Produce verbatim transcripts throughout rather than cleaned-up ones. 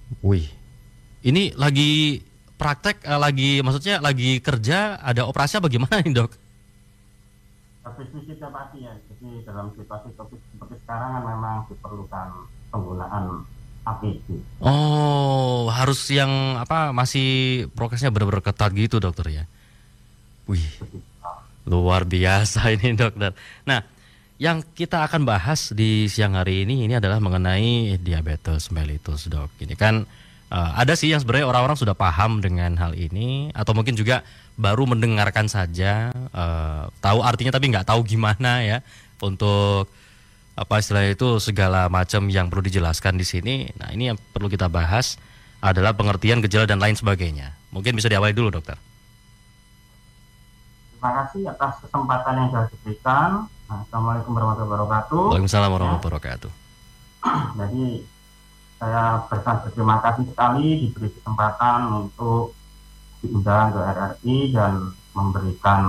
Wih, ini lagi praktek, eh, lagi maksudnya lagi kerja, ada operasi apa gimana nih dok? Habis visitnya pasti ya. Jadi dalam situasi COVID seperti sekarang kan memang diperlukan penggunaan A P D. Oh, harus yang apa masih prokesnya benar-benar ketat gitu dokter ya? Wih, luar biasa ini dokter. Nah, yang kita akan bahas di siang hari ini ini adalah mengenai diabetes mellitus dok. Ini kan uh, ada sih yang sebenarnya orang-orang sudah paham dengan hal ini atau mungkin juga baru mendengarkan saja, uh, tahu artinya tapi nggak tahu gimana ya untuk apa istilah itu segala macam yang perlu dijelaskan di sini. Nah ini yang perlu kita bahas adalah pengertian gejala dan lain sebagainya. Mungkin bisa diawali dulu dokter. Terima kasih atas kesempatan yang sudah diberikan. Nah, Assalamualaikum warahmatullahi wabarakatuh. Waalaikumsalam warahmatullahi wabarakatuh. Jadi saya bersangat berterima kasih sekali diberi kesempatan untuk diundang ke R R I dan memberikan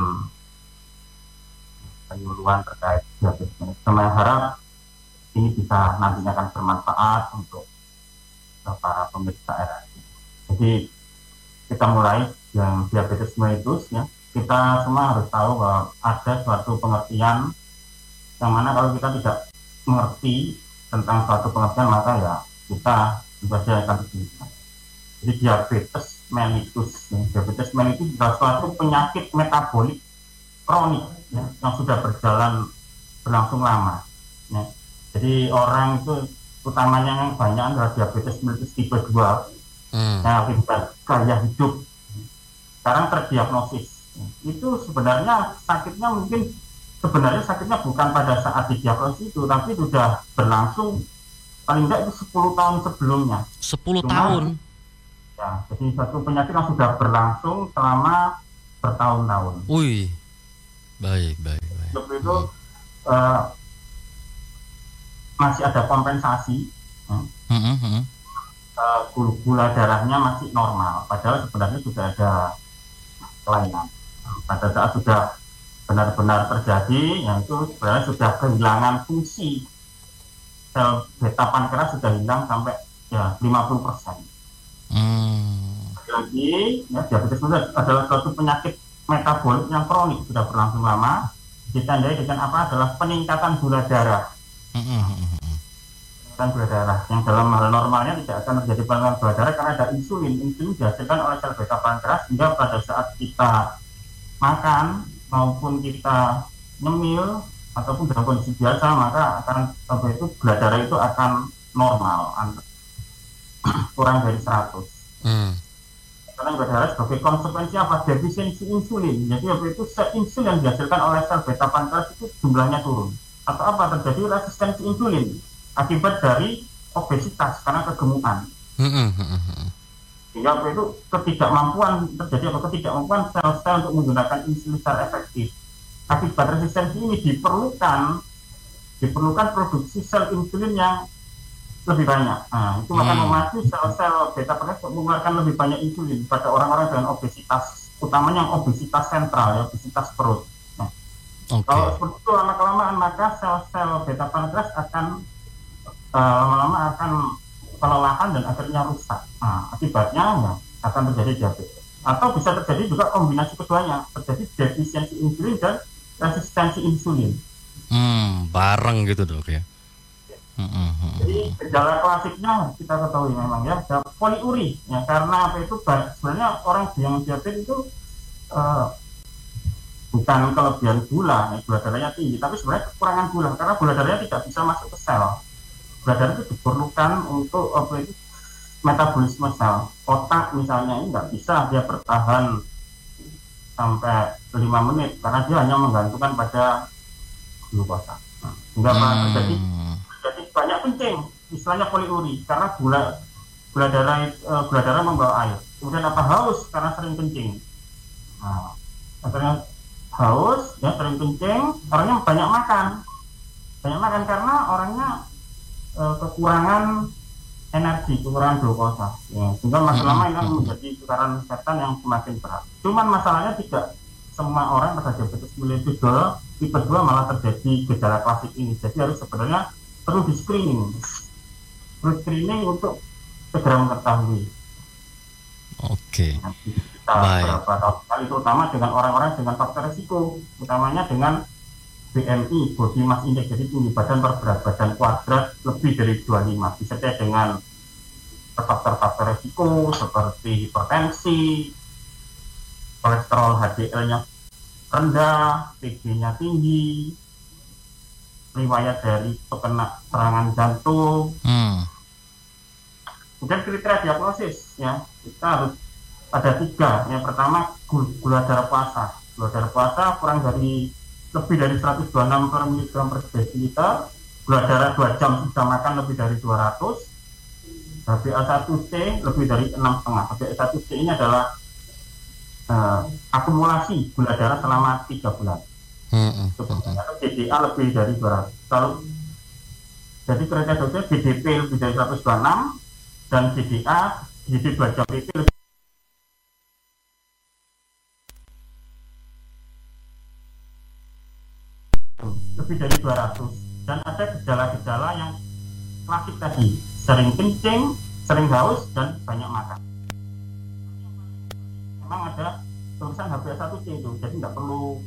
penyuluhan terkait diabetes mellitus. Saya harap ini bisa nantinya akan bermanfaat untuk para pemirsa R R I. Jadi kita mulai yang diabetes mellitus ya. Kita semua harus tahu bahwa ada suatu pengertian yang mana kalau kita tidak mengerti tentang suatu pengertian maka ya kita juga akan kesulitan. Jadi diabetes mellitus, ya. Diabetes mellitus adalah suatu penyakit metabolik kronik ya, yang sudah berjalan berlangsung lama. Ya. Jadi orang itu utamanya yang banyak adalah diabetes mellitus tipe dua, hmm. yang akibat gaya hidup. Sekarang terdiagnosis. Itu sebenarnya sakitnya mungkin sebenarnya sakitnya bukan pada saat didiagnosis itu, tapi sudah berlangsung paling tidak itu sepuluh tahun sebelumnya. sepuluh Cuma, tahun? Ya, jadi satu penyakit yang sudah berlangsung selama bertahun-tahun. Wih, baik, baik, baik. Sebelum itu hmm. uh, masih ada kompensasi, hmm. Hmm, hmm. Uh, gula darahnya masih normal, padahal sebenarnya sudah ada kelainan. Pada saat sudah benar-benar terjadi, yaitu sebenarnya sudah kehilangan fungsi sel beta pankreas sudah hilang sampai ya lima puluh persen. Hmm. Lagi, ya, diabetes mellitus adalah suatu penyakit metabolik yang kronik sudah berlangsung lama, ditandai dengan apa adalah peningkatan gula darah. Peningkatan gula darah yang dalam hal normalnya tidak akan terjadi peningkatan gula darah karena ada insulin. Insulin dihasilkan oleh sel beta pankreas sehingga pada saat kita makan maupun kita nyemil ataupun dalam kondisi biasa maka akan sampai itu gula darah itu akan normal kurang dari seratus. Hmm. Karena gula darah sebagai konsekuensi apa? Defisiensi insulin. Jadi apa itu sel insulin yang dihasilkan oleh sel beta pankreas itu jumlahnya turun. Atau apa? Terjadi resistensi insulin akibat dari obesitas karena kegemukan. Hmm. Sehingga apa itu ketidakmampuan terjadi apa ketidakmampuan sel-sel untuk menggunakan insulin secara efektif. Akibat resistensi ini diperlukan diperlukan produksi sel insulin yang lebih banyak. Nah, itu akan hmm. memacu sel-sel beta pankreas untuk mengeluarkan lebih banyak insulin pada orang-orang dengan obesitas, utamanya yang obesitas sentral, ya, obesitas perut. Nah, okay. Kalau seperti itu lama-kelamaan maka sel-sel beta pankreas akan uh, lama-lama akan kelelahan dan akhirnya rusak. Nah, akibatnya ya, akan terjadi diabetes. Atau bisa terjadi juga kombinasi keduanya, terjadi defisiensi insulin dan resistensi insulin. Hmm, bareng gitu dok ya. Jadi gejala klasiknya kita ketahui memang ya, ada poliuri ya, karena apa itu sebenarnya orang yang diabetes itu uh, bukan kelebihan gula, ya, gula darahnya tinggi, tapi sebenarnya kekurangan gula karena gula darahnya tidak bisa masuk ke sel. Gula darah itu diperlukan untuk apa itu metabolisme sel. Otak misalnya ini nggak bisa dia bertahan sampai lima menit karena dia hanya menggantungkan pada glukosa. Nah, sehingga apa hmm. terjadi jadi banyak kencing, istilahnya poliuri karena gula gula darah uh, gula darah membawa air. Kemudian apa haus karena sering kencing. Nah, akhirnya haus, ya sering kencing, orangnya banyak makan, banyak makan karena orangnya uh, kekurangan energi, kekurangan glukosa. Ya, sehingga makin lama ini akan menjadi tekanan setan yang semakin berat. Cuman masalahnya tidak semua orang pada diabetes mellitus tipe dua malah terjadi gejala klasik ini. Jadi harus sebenarnya perlu di screening, perlu screening untuk segera mengetahui. Oke. Nanti kita Baik. berapa tahun sekali, terutama dengan orang-orang dengan faktor risiko, utamanya dengan B M I, Body Mass Index, jadi tinggi badan per berat badan kuadrat lebih dari dua puluh lima, disertai dengan faktor-faktor risiko seperti hipertensi, kolesterol H D L-nya rendah, T G-nya tinggi, riwayat dari terkena serangan jantung. Hmm. Kemudian kriteria diagnosis, ya kita harus ada tiga. Yang pertama gula darah puasa. Gula darah puasa kurang dari lebih dari seratus dua puluh enam per miligram per desiliter. Gula darah dua jam sudah makan lebih dari dua ratus. H b A satu C lebih dari enam koma lima. H b A satu C ini adalah uh, akumulasi gula darah selama tiga bulan. Hmm. D D A lebih dari dua ratus. Kalau jadi kriteria dokter B D P lebih dari seratus dua puluh enam dan D D A D D dua jam P P lebih lebih dari dua ratus, dan ada gejala-gejala yang klasik tadi, sering kencing, sering haus, dan banyak makan. Memang ada tulisan H b A satu C itu, jadi nggak perlu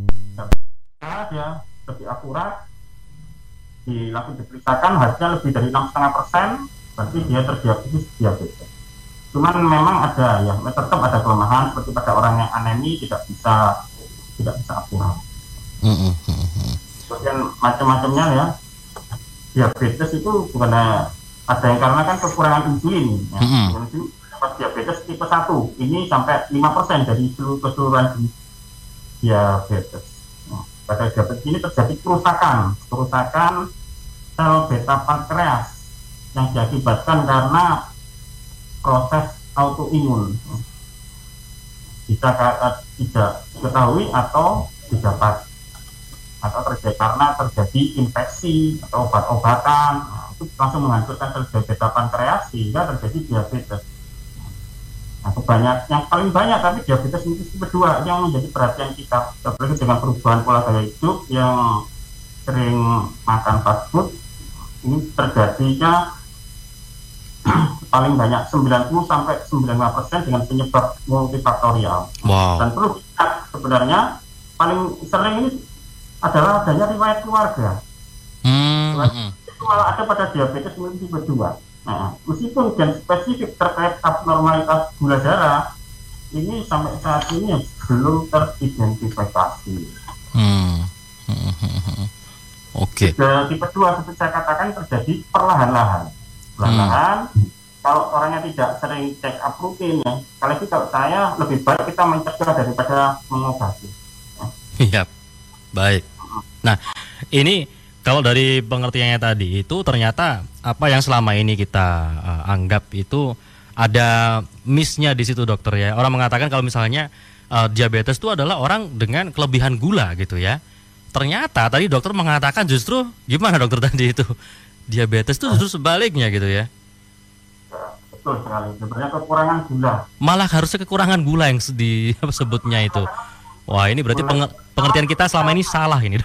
ya, lebih akurat, dilakukan diperiksakan hasilnya lebih dari enam koma lima persen, berarti dia terdiagnosis diabetes. Cuman memang ada ya, tetap ada kelemahan seperti pada orang yang anemi tidak bisa tidak bisa akurat. Hmm. Kemudian macam-macamnya ya, diabetes itu bukan ada yang karena kan kekurangan insulin ya. Hmm. Pas diabetes tipe satu ini sampai lima persen dari seluruh keseluruhan diabetes. Nah, pada diabetes ini terjadi kerusakan kerusakan sel beta pankreas yang diakibatkan karena proses autoimun, bisa tidak diketahui atau didapat atau terjadi karena terjadi infeksi atau obat-obatan. Nah, itu langsung menghancurkan sel beta pankreas sehingga terjadi diabetes. Nah, kebanyak, yang paling banyak tapi diabetes tipe dua yang menjadi perhatian kita, apalagi dengan perubahan pola gaya hidup yang sering makan fast food. Ini terjadinya paling banyak sembilan puluh sampai sembilan puluh lima persen dengan penyebab multifaktorial. Wow. Dan perlu diingat sebenarnya paling sering ini adalah adanya riwayat keluarga. Hmm. Itu malah ada pada diabetes tipe dua. Nah, meskipun dan spesifik terkait abnormalitas gula darah ini sampai saat ini belum teridentifikasi. Hmm. Hmm. Oke. Okay. Tipe dua seperti saya katakan terjadi perlahan-lahan. Perlahan-lahan. Hmm. Kalau orangnya tidak sering check up rutin ya, kalau itu kalau saya lebih baik kita mencegah daripada mengobati. Iya, baik. Nah, ini kalau dari pengertiannya tadi itu ternyata apa yang selama ini kita uh, anggap itu ada miss-nya di situ dokter ya. Orang mengatakan kalau misalnya uh, diabetes itu adalah orang dengan kelebihan gula gitu ya. Ternyata tadi dokter mengatakan justru gimana dokter tadi itu? Diabetes itu justru sebaliknya gitu ya. Betul sekali, sebenarnya kekurangan gula. Malah harusnya kekurangan gula yang disebutnya itu. Wah, ini berarti pengertian kita selama ini salah ini.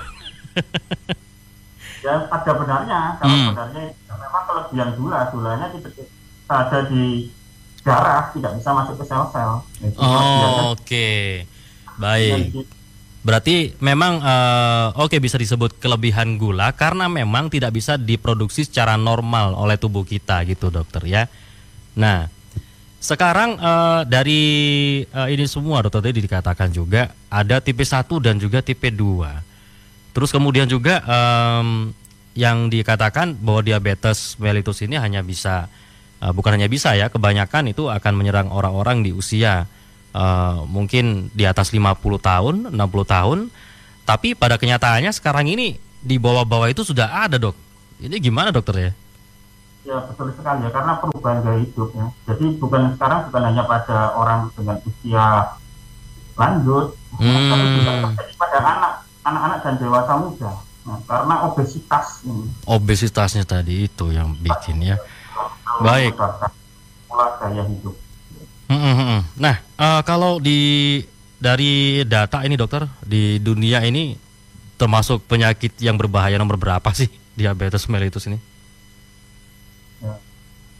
Ya pada benarnya, kalau hmm. benarnya memang kelebihan gula, gulanya tidak ada di darah, tidak bisa masuk ke sel-sel. Oh, oke, okay. Baik. Berarti memang uh, oke okay, bisa disebut kelebihan gula karena memang tidak bisa diproduksi secara normal oleh tubuh kita gitu dokter ya. Nah, sekarang uh, dari uh, ini semua dokter tadi dikatakan juga ada tipe satu dan juga tipe dua. Terus kemudian juga um, yang dikatakan bahwa diabetes mellitus ini hanya bisa uh, bukan hanya bisa ya, kebanyakan itu akan menyerang orang-orang di usia uh, mungkin di atas lima puluh tahun, enam puluh tahun. Tapi pada kenyataannya sekarang ini di bawah-bawah itu sudah ada, Dok. Ini gimana dokter ya? Ya betul sekali ya, karena perubahan gaya hidup ya. Jadi bukan sekarang bukan hanya pada orang dengan usia lanjut, hmm. tapi juga terjadi pada anak, anak-anak dan dewasa muda. Nah, karena obesitas ini. Obesitasnya tadi itu yang bikin ya. Baik. Pola gaya hidup. Nah, uh, kalau di dari data ini dokter di dunia ini termasuk penyakit yang berbahaya nomor berapa sih diabetes mellitus ini?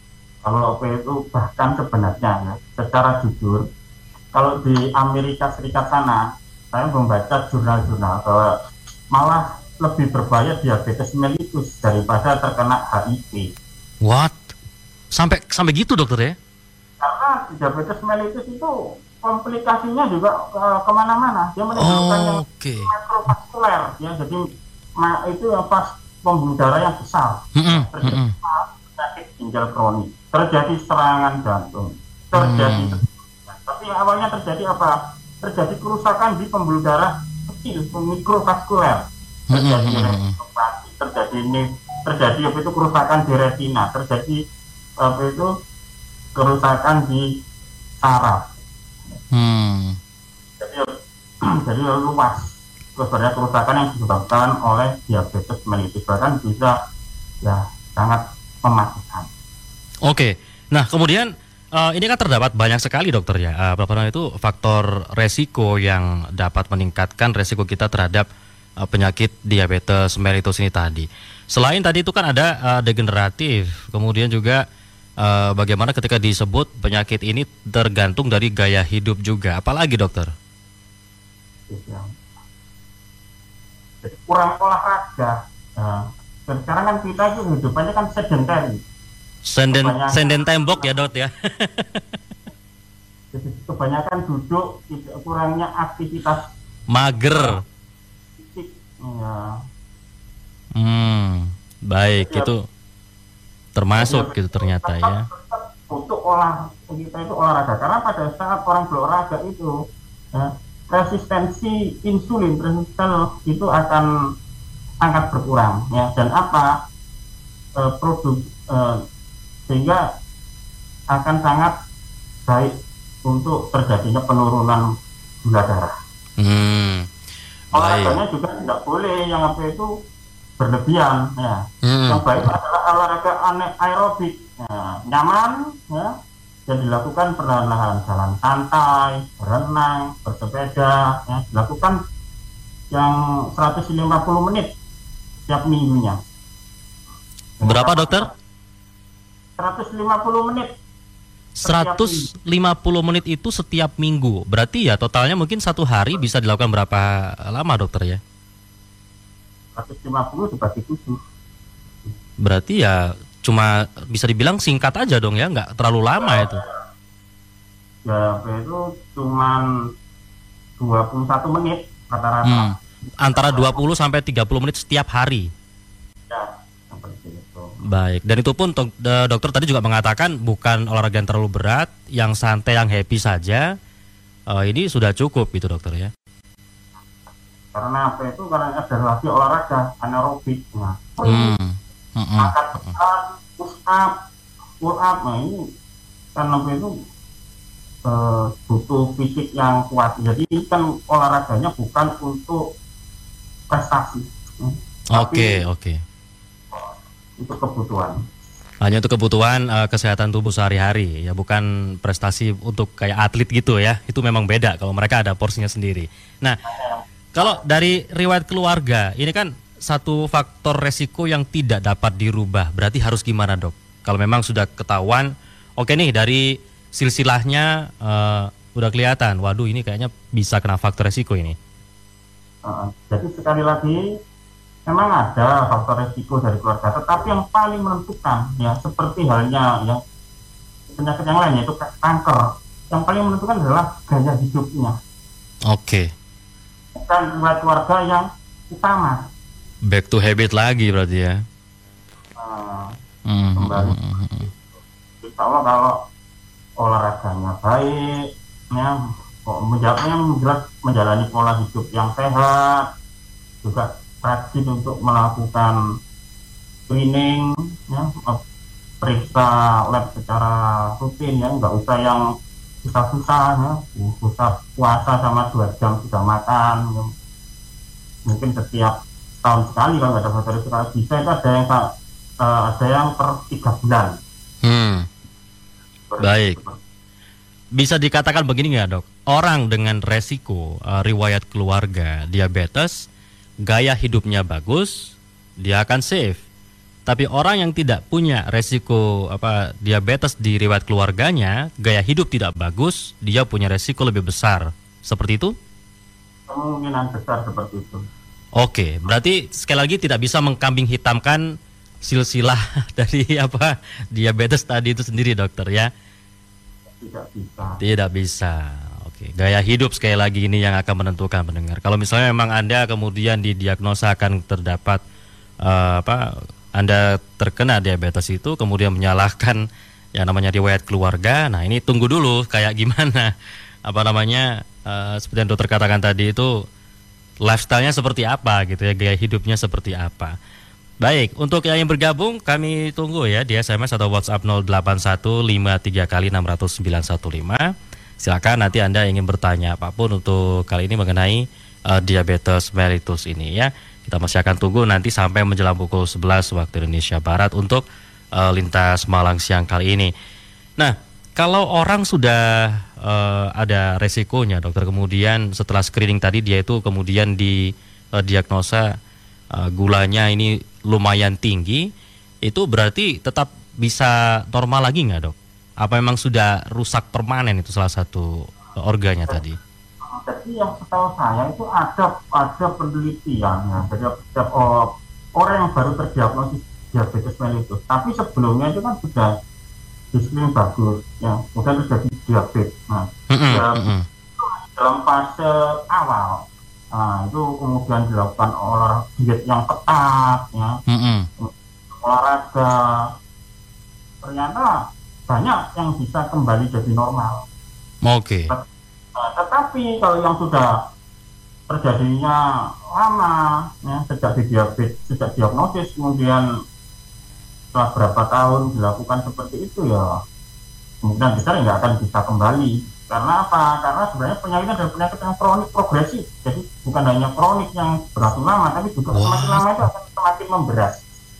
Kalau apa itu bahkan sebenarnya ya, secara jujur, kalau di Amerika Serikat sana, saya membaca jurnal-jurnal bahwa malah lebih berbahaya diabetes mellitus daripada terkena H I V. What? Sampai sampai gitu dokter ya? Karena diabetes mellitus itu komplikasinya juga ke, kemana-mana. Dia menimbulkan Oh, yang oke. makrovaskuler, ya. Jadi ma, itu yang pas pembuluh darah yang besar. Mm-mm, Terjadi mm-mm. penyakit ginjal kronis, terjadi serangan jantung, terjadi. Hmm. Tapi yang awalnya terjadi apa? Terjadi kerusakan di pembuluh darah kecil, mikrovaskuler. Terjadi Mm-mm. retinopati, terjadi ini, terjadi apa itu kerusakan di retina, terjadi apa itu kerusakan di saraf. Hmm. Jadi jadi luas sebenarnya kerusakan yang disebabkan oleh diabetes mellitus, bahkan bisa ya sangat mematikan. Oke. Nah, kemudian eh, ini kan terdapat banyak sekali dokter ya. Eh, apa namanya itu faktor resiko yang dapat meningkatkan resiko kita terhadap eh, penyakit diabetes mellitus ini tadi. Selain tadi itu kan ada eh, degeneratif, kemudian juga eh, bagaimana ketika disebut penyakit ini tergantung dari gaya hidup juga. Apalagi dokter? Ya. Jadi kurang olahraga. Nah, dan sekarang kan kita itu hidupannya kan sedentary. Senden Kebanyakan- senden tembok ya dok ya. Jadi kebanyakan duduk, tidak kurangnya aktivitas Mager. fisik. Ya. Hmm, baik Jadi, itu termasuk Jadi, gitu ternyata tetap- ya. tetap untuk olah kita itu olahraga, karena pada saat orang berolahraga itu ya, resistensi insulin resisten itu akan sangat berkurang ya, dan apa eh, produk eh, sehingga akan sangat baik untuk terjadinya penurunan gula darah. Hmm, Olahraganya baik. juga tidak boleh yang apa itu berlebihan ya. Hmm. Yang baik adalah olahraga ane- aerobik, ya, nyaman ya, dan dilakukan perlahan-lahan, jalan santai, berenang, bersepeda, ya, dilakukan yang seratus lima puluh menit setiap minggunya. Berapa dokter? seratus lima puluh menit. seratus lima puluh menit itu setiap minggu. Berarti ya totalnya mungkin satu hari bisa dilakukan berapa lama dokter ya? seratus lima puluh dibagi tujuh. Berarti ya cuma bisa dibilang singkat aja dong ya, nggak terlalu lama itu. Ya, itu cuman dua puluh satu menit rata-rata. Hmm. Antara dua puluh sampai tiga puluh menit setiap hari. Ya, seperti itu. Baik, dan itu pun dok- de- dokter tadi juga mengatakan bukan olahraga yang terlalu berat, yang santai, yang happy saja. Eh, ini sudah cukup gitu dokter ya. Karena apa itu? Karena ada lagi olahraga anaerobik. Nah, Hmm. Mm-mm. angkat berat, push up, pull up. Nah ini kan apa itu eh, butuh fisik yang kuat. Jadi kan olahraganya bukan untuk prestasi, hmm, Oke, tapi oke. untuk kebutuhan. Hanya untuk kebutuhan eh, kesehatan tubuh sehari-hari ya, bukan prestasi untuk kayak atlet gitu ya. Itu memang beda kalau mereka ada porsinya sendiri. Nah, kalau dari riwayat keluarga, ini kan satu faktor resiko yang tidak dapat dirubah. Berarti harus gimana dok? Kalau memang sudah ketahuan, oke nih dari silsilahnya eh, udah kelihatan, waduh ini kayaknya bisa kena faktor resiko ini. Uh, jadi sekali lagi memang ada faktor resiko dari keluarga, tetapi yang paling menentukan ya seperti halnya ya penyakit yang lain yaitu kanker, yang paling menentukan adalah gaya hidupnya, Oke, bukan riwayat keluarga yang utama. back to habit lagi berarti ya. Uh, Hmm, Kembali. hmm, hmm, hmm. Insya Allah kalau olahraganya baik, ya, kok menjalannya menjelat, menjalani pola hidup yang sehat, juga rajin untuk melakukan screening, ya, eh, periksa lab secara rutin, ya, nggak usah yang susah-susah, ya, susah puasa sama dua jam sudah makan, ya. Mungkin setiap tahun sekali kalau nggak ada faktor sekali bisa itu ada yang eh, ada yang per tiga bulan. Hmm. Baik. Bisa dikatakan begini nggak dok? Orang dengan resiko uh, riwayat keluarga diabetes, gaya hidupnya bagus, dia akan safe. Tapi orang yang tidak punya resiko apa diabetes di riwayat keluarganya, gaya hidup tidak bagus, dia punya resiko lebih besar. Seperti itu? Kemungkinan besar seperti itu. Oke, berarti sekali lagi tidak bisa mengkambing hitamkan silsilah dari apa diabetes tadi itu sendiri, dokter ya? Tidak bisa. Tidak bisa. Oke, gaya hidup sekali lagi ini yang akan menentukan pendengar. Kalau misalnya memang Anda kemudian didiagnosa akan terdapat uh, apa Anda terkena diabetes itu, kemudian menyalahkan yang namanya riwayat keluarga. Nah, ini tunggu dulu kayak gimana apa namanya uh, seperti yang dokter katakan tadi itu lifestyle-nya seperti apa gitu ya, gaya hidupnya seperti apa. Baik, untuk yang bergabung kami tunggu ya di S M S atau WhatsApp nol delapan satu lima tiga kali enam nol sembilan satu lima. Silakan nanti Anda ingin bertanya apapun untuk kali ini mengenai uh, diabetes mellitus ini ya. Kita masih akan tunggu nanti sampai menjelang pukul sebelas waktu Indonesia Barat untuk uh, lintas Malang siang kali ini. Nah, kalau orang sudah uh, ada resikonya, dokter, kemudian setelah screening tadi dia itu kemudian didiagnosa uh, gulanya ini lumayan tinggi, itu berarti tetap bisa normal lagi nggak, dok? Apa memang sudah rusak permanen itu salah satu organnya tadi? Jadi yang setahu saya itu ada ada penelitian ya, dari setiap oh, orang yang baru terdiagnosis diabetes mellitus, tapi sebelumnya itu kan sudah screening bagus, ya, kemudian terjadi diabetes. Nah, mm-hmm, dalam, mm-hmm. dalam fase awal, nah, itu kemudian dilakukan olah diet yang ketat, ya, mm-hmm. olahraga, ternyata banyak yang bisa kembali jadi normal. Oke. Okay. Nah, tetapi kalau yang sudah terjadinya lama, ya, sejak diabetes, sejak diagnosis, kemudian setelah berapa tahun dilakukan seperti itu, ya kemungkinan besar nggak akan bisa kembali. Karena apa? Karena sebenarnya penyakitnya adalah penyakit yang kronik progresif. Jadi bukan hanya kronik yang berlangsung lama, tapi juga wow. semakin lama itu akan semakin memberat.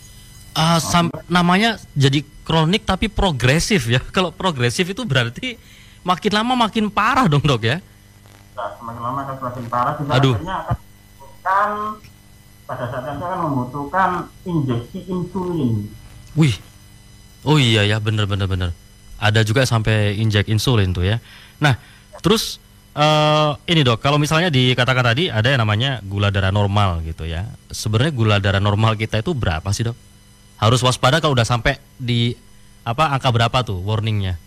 Uh, sam- namanya jadi kronik tapi progresif ya. Kalau progresif itu berarti makin lama makin parah dong, dok ya? Nah, semakin lama akan semakin parah. Juga Aduh. akhirnya akan membutuhkan, pada saat itu akan membutuhkan injeksi insulin. Wih, oh iya ya, bener-bener bener. Ada juga sampai injek insulin tuh ya. Nah, terus uh, ini dok, kalau misalnya dikatakan tadi ada yang namanya gula darah normal gitu ya. Sebenarnya gula darah normal kita itu berapa sih, dok? Harus waspada kalau udah sampai di apa angka berapa tuh warningnya?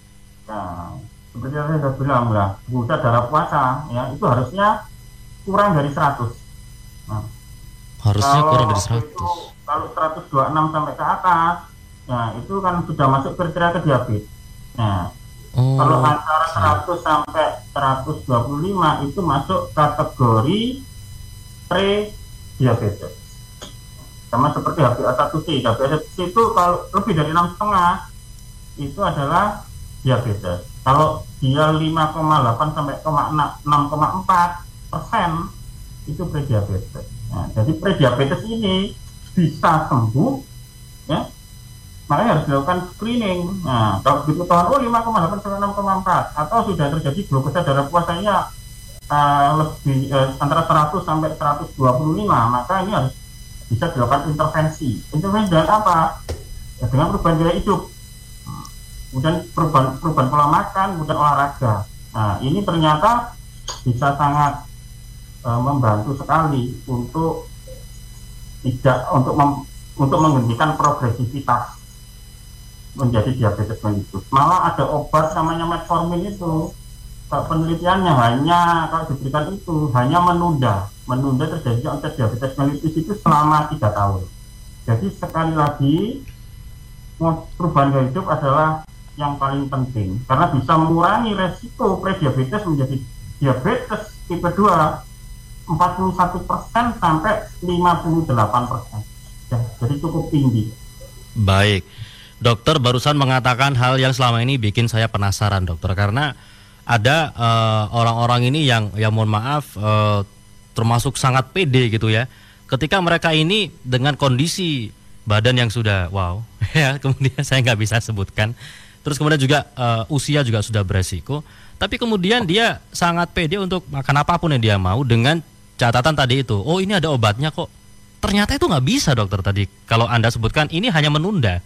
Nah, seperti yang saya sudah bilang lah, gula darah puasa ya itu harusnya kurang dari seratus. Nah, harusnya kalau kurang dari seratus. Itu, kalau seratus dua puluh enam sampai ke atas, nah itu kan sudah masuk kriteria ke diabetes. Nah, oh, kalau antara seratus sampai seratus dua puluh lima itu masuk kategori pre-diabetes. Sama seperti H b A satu C. H b A satu C itu kalau lebih dari enam koma lima itu adalah diabetes. Kalau dia lima koma delapan sampai enam koma empat persen itu prediabetes. Nah, jadi prediabetes ini bisa sembuh, ya. Makanya harus dilakukan screening. Nah, kalau diketahui oh lima koma delapan sampai enam koma empat atau sudah terjadi glukosa darah puasanya uh, lebih uh, antara seratus sampai seratus dua puluh lima, maka ini harus bisa dilakukan intervensi. Intervensi dengan apa? Ya, dengan perubahan gaya hidup. Kemudian perubahan, perubahan pola makan, kemudian olahraga. Nah, ini ternyata bisa sangat e, membantu sekali untuk tidak untuk mem, untuk menghentikan progresivitas menjadi diabetes mellitus. Malah ada obat namanya metformin itu, penelitiannya hanya kalau diberikan itu hanya menunda, menunda terjadinya onset diabetes mellitus itu selama tiga tahun. Jadi sekali lagi perubahan gaya hidup adalah yang paling penting karena bisa mengurangi resiko prediabetes menjadi diabetes tipe dua empat puluh satu persen sampai lima puluh delapan persen. Ya, jadi cukup tinggi. Baik. Dokter barusan mengatakan hal yang selama ini bikin saya penasaran, dokter, karena ada uh, orang-orang ini yang ya mohon maaf uh, termasuk sangat pede gitu ya. Ketika mereka ini dengan kondisi badan yang sudah wow ya, kemudian saya nggak bisa sebutkan. Terus kemudian juga uh, usia juga sudah beresiko, tapi kemudian dia sangat pede untuk makan apapun yang dia mau dengan catatan tadi itu. Oh, ini ada obatnya kok. ternyata itu nggak bisa dokter tadi. Kalau Anda sebutkan ini hanya menunda.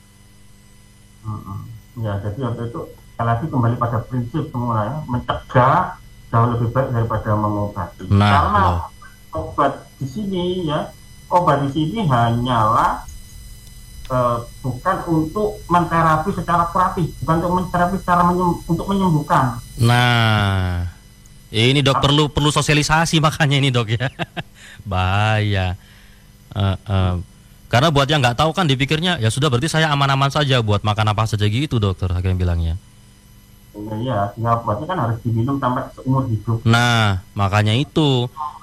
Hmm, ya, jadi waktu itu sekali lagi kembali pada prinsip semula ya, mencegah jauh lebih baik daripada mengobati. Nah, Karena loh. obat di sini ya, obat di sini hanyalah uh, bukan untuk menterapi secara kuratif, bukan untuk menterapi secara menyem, untuk menyembuhkan. Nah, ini dok perlu perlu sosialisasi makanya ini dok ya. Bahaya. Uh, uh. Karena buat yang nggak tahu kan dipikirnya ya sudah berarti saya aman-aman saja buat makan apa saja gitu dokter hakim bilangnya. Iya, ya, obatnya kan harus diminum sampai seumur hidup. Nah, makanya itu.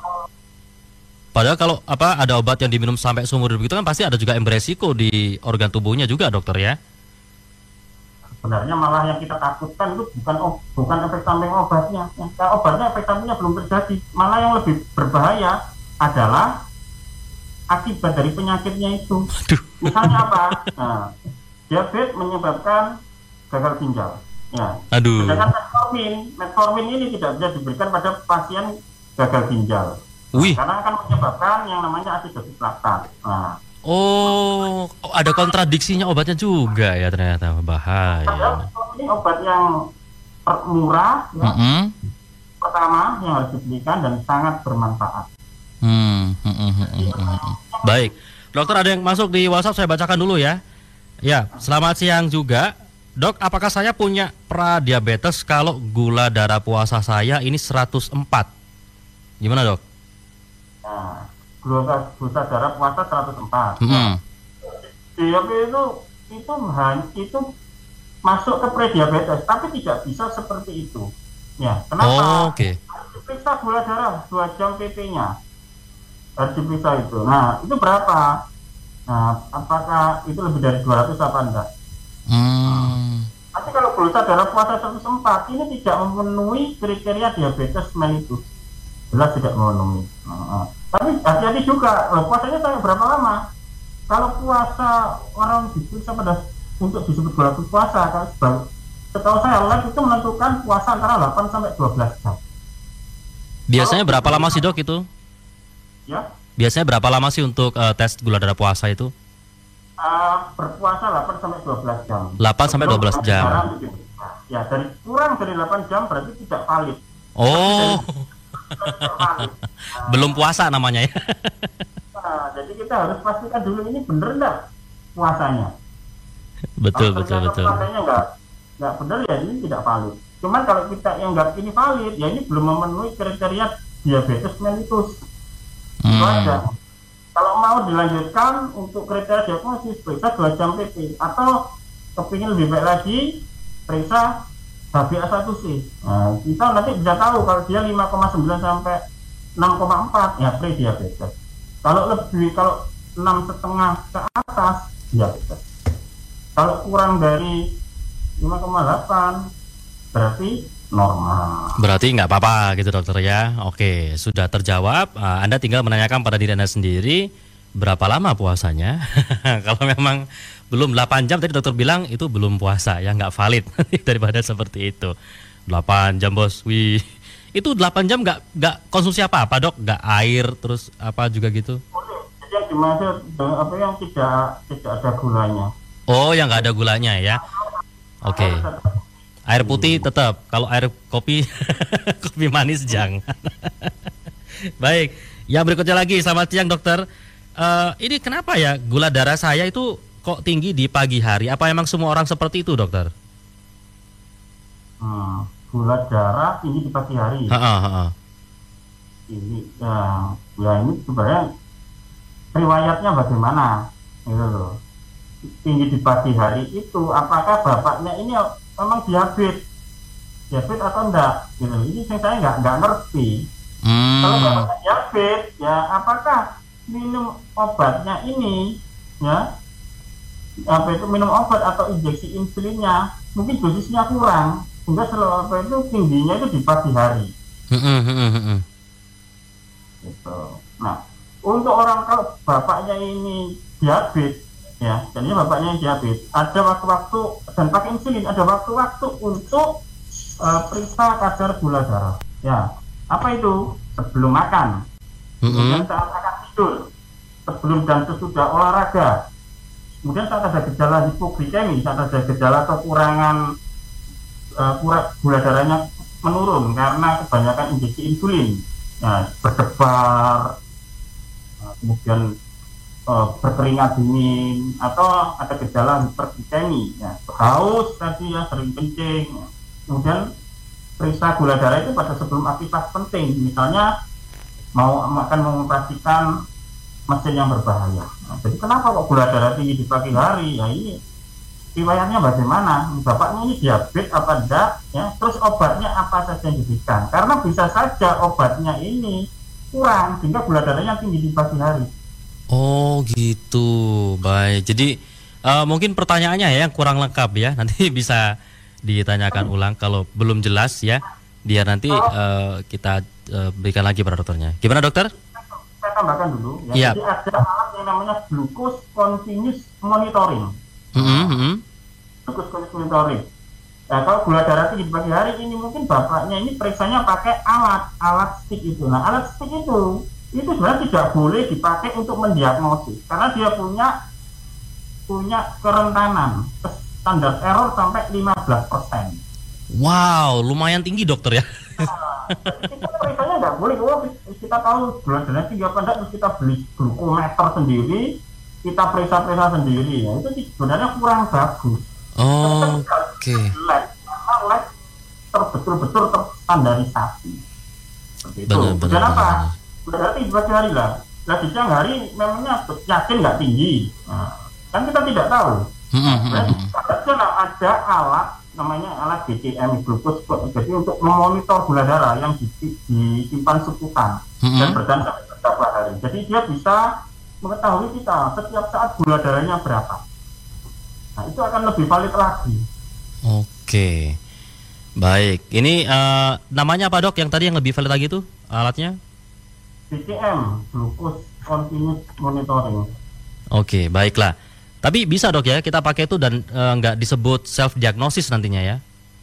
Padahal kalau apa ada obat yang diminum sampai seumur hidup itu kan pasti ada juga yang beresiko di organ tubuhnya juga dokter ya. Sebenarnya malah yang kita takutkan itu bukan oh, bukan efek samping obatnya. Yang obatnya efek sampingnya belum terjadi. Malah yang lebih berbahaya adalah akibat dari penyakitnya itu. Aduh. Misalnya apa? Nah, diabetes menyebabkan gagal ginjal. Ya. Aduh. Sedangkan metformin, metformin ini tidak bisa diberikan pada pasien gagal ginjal. Wih. Karena akan menyebabkan yang namanya asidosis laktat. Nah, oh, ada kontradiksinya obatnya juga ya ternyata bahaya. Padahal ini obat yang murah, ya. Mm-hmm. Pertama yang harus diberikan dan sangat bermanfaat. Hmm. Mm-hmm. Baik, dokter ada yang masuk di WhatsApp saya bacakan dulu ya. Ya, selamat siang juga. Dok, apakah saya punya pradiabetes kalau gula darah puasa saya ini seratus empat? Gimana dok? Nah, gula, gula darah puasa seratus empat. Mm-hmm. Nah, diabetes itu itu hanya itu masuk ke prediabetes, tapi tidak bisa seperti itu. Ya, kenapa? Oh, oke. Okay. Periksa gula darah dua jam P P-nya. Harus diperiksa itu. Nah, itu berapa? Nah, apakah itu lebih dari dua ratus apa enggak? Hmm. Tapi kalau gula darah puasa seratus empat ini tidak memenuhi kriteria diabetes mellitus, jelas tidak memenuhi. Nah, tapi hati-hati juga, loh, puasanya sampai berapa lama? Kalau puasa orang diperiksa pada untuk disebut gula puasa, kalau setahu saya lab itu menentukan puasa antara delapan sampai dua belas jam. Biasanya kalau berapa lama sih dok itu? Ya? Biasanya berapa lama sih untuk uh, tes gula darah puasa itu? Uh, berpuasa delapan sampai dua belas jam. delapan sampai dua belas jam. Ya, dari kurang dari delapan jam berarti tidak valid. Oh. Tidak valid. Nah, belum puasa namanya ya. Nah, jadi kita harus pastikan dulu ini benar enggak puasanya. Betul, kalau betul, betul. Puasanya enggak enggak benar ya ini tidak valid. Cuman kalau kita yang enggak ini valid, ya ini belum memenuhi kriteria diabetes mellitus. Hmm. Itu aja. Kalau mau dilanjutkan untuk kriteria diagnosis, periksa dua jam P P, atau kepingin lebih baik lagi, periksa H b A satu C. Nah, kita nanti bisa tahu kalau dia lima koma sembilan sampai enam koma empat ya prediabetes. Kalau lebih, kalau enam koma lima ke atas diabetes. Kalau kurang dari lima koma delapan berarti normal. Berarti nggak apa-apa gitu dokter ya. Oke, sudah terjawab. uh, Anda tinggal menanyakan pada diri Anda sendiri berapa lama puasanya. Kalau memang belum delapan jam tadi dokter bilang itu belum puasa ya, nggak valid. Daripada seperti itu delapan jam bos. Wih, itu delapan jam nggak nggak konsumsi apa-apa dok? Nggak air terus apa juga gitu? Jadi yang dimaksud apa yang tidak tidak ada gulanya. Oh, yang nggak ada gulanya ya. Oke. Okay. Air putih tetap, kalau air kopi kopi manis jangan. Baik, yang berikutnya lagi, selamat siang dokter. Uh, ini kenapa ya gula darah saya itu kok tinggi di pagi hari? Apa emang semua orang seperti itu dokter? Hmm, gula darah tinggi di pagi hari. Ha, ha, ha. Ini ya, ya ini sebenarnya riwayatnya bagaimana? Gitu loh. Tinggi di pagi hari itu, apakah bapaknya ini memang diabetes, diabetes atau enggak? Gitu. Ini saya nggak nggak ngerti. Hmm. Kalau bapaknya diabetes, ya apakah minum obatnya ini, ya, apa itu minum obat atau injeksi insulinnya, mungkin dosisnya kurang, sehingga selalu apa itu tingginya itu di pagi hari. Hmm, hmm, hmm. Gitu. Nah, untuk orang kalau bapaknya ini diabetes, ya, jadinya bapaknya yang diabetes, ada waktu-waktu dan pakai insulin, ada waktu-waktu untuk uh, periksa kadar gula darah. Ya, apa itu? Sebelum makan, kemudian saat akan tidur. sebelum dan sesudah olahraga. Kemudian saat ada gejala hipoglikemi, saat ada gejala kekurangan uh, gula darahnya menurun karena kebanyakan injeksi insulin, nah, berdebar, nah, kemudian uh, berkeringat dingin, atau ada gejala hiperglikemi, ya, haus tadi ya, sering kencing, ya. Kemudian periksa gula darah itu pada sebelum aktivitas penting, misalnya mau akan mengoperasikan mesin yang berbahaya. Nah, jadi kenapa kok gula darah tinggi di pagi hari? Ya ini riwayatnya bagaimana? Bapaknya ini diabetes apa enggak? Ya, terus obatnya apa saja yang diberikan? Karena bisa saja obatnya ini kurang sehingga gula darahnya tinggi di pagi hari. Oh gitu, baik. Jadi uh, mungkin pertanyaannya ya yang kurang lengkap ya. Nanti bisa ditanyakan hmm. ulang kalau belum jelas ya. Biar nanti oh. uh, kita uh, berikan lagi pada dokternya. Gimana dokter? Saya tambahkan dulu ya. Yep. Jadi ada alat yang namanya glucose continuous monitoring. Mm-hmm. Glucose continuous monitoring. Nah, kalau gula darah tinggi di pagi hari ini mungkin bapaknya ini periksanya pakai alat alat stick itu. Nah, alat stick itu itu sebenarnya tidak boleh dipakai untuk mendiagnosis karena dia punya punya kerentanan standar error sampai lima belas persen. Wow, lumayan tinggi dokter ya. Nah, kita periksanya nggak boleh. Oh, kita tahu gula darah tinggi apa enggak, terus kita beli glukometer sendiri, kita periksa-periksa sendiri, ya itu sebenarnya kurang bagus. Oh, oke. Okay. Lab, karena lab terbetul-betul terstandarisasi. Seperti itu. Benar, benar, Dan apa? benar. Gula darah tinggi pagi hari lah. Nah, di siang hari memangnya yakin nggak tinggi? Nah, kan kita tidak tahu. Nah, nah, ada alat namanya alat B C M glucose, jadi untuk memonitor gula darah yang disimpan seputan mm-hmm. dan bertahan sampai beberapa hari. Jadi dia bisa mengetahui kita setiap saat gula darahnya berapa. Nah itu akan lebih valid lagi. Oke, baik. Ini uh, namanya apa dok? Yang tadi yang lebih valid lagi tuh alatnya? B C M glucose continuous monitoring. Oke, baiklah. Tapi bisa dok ya kita pakai itu dan e, nggak disebut self diagnosis nantinya ya?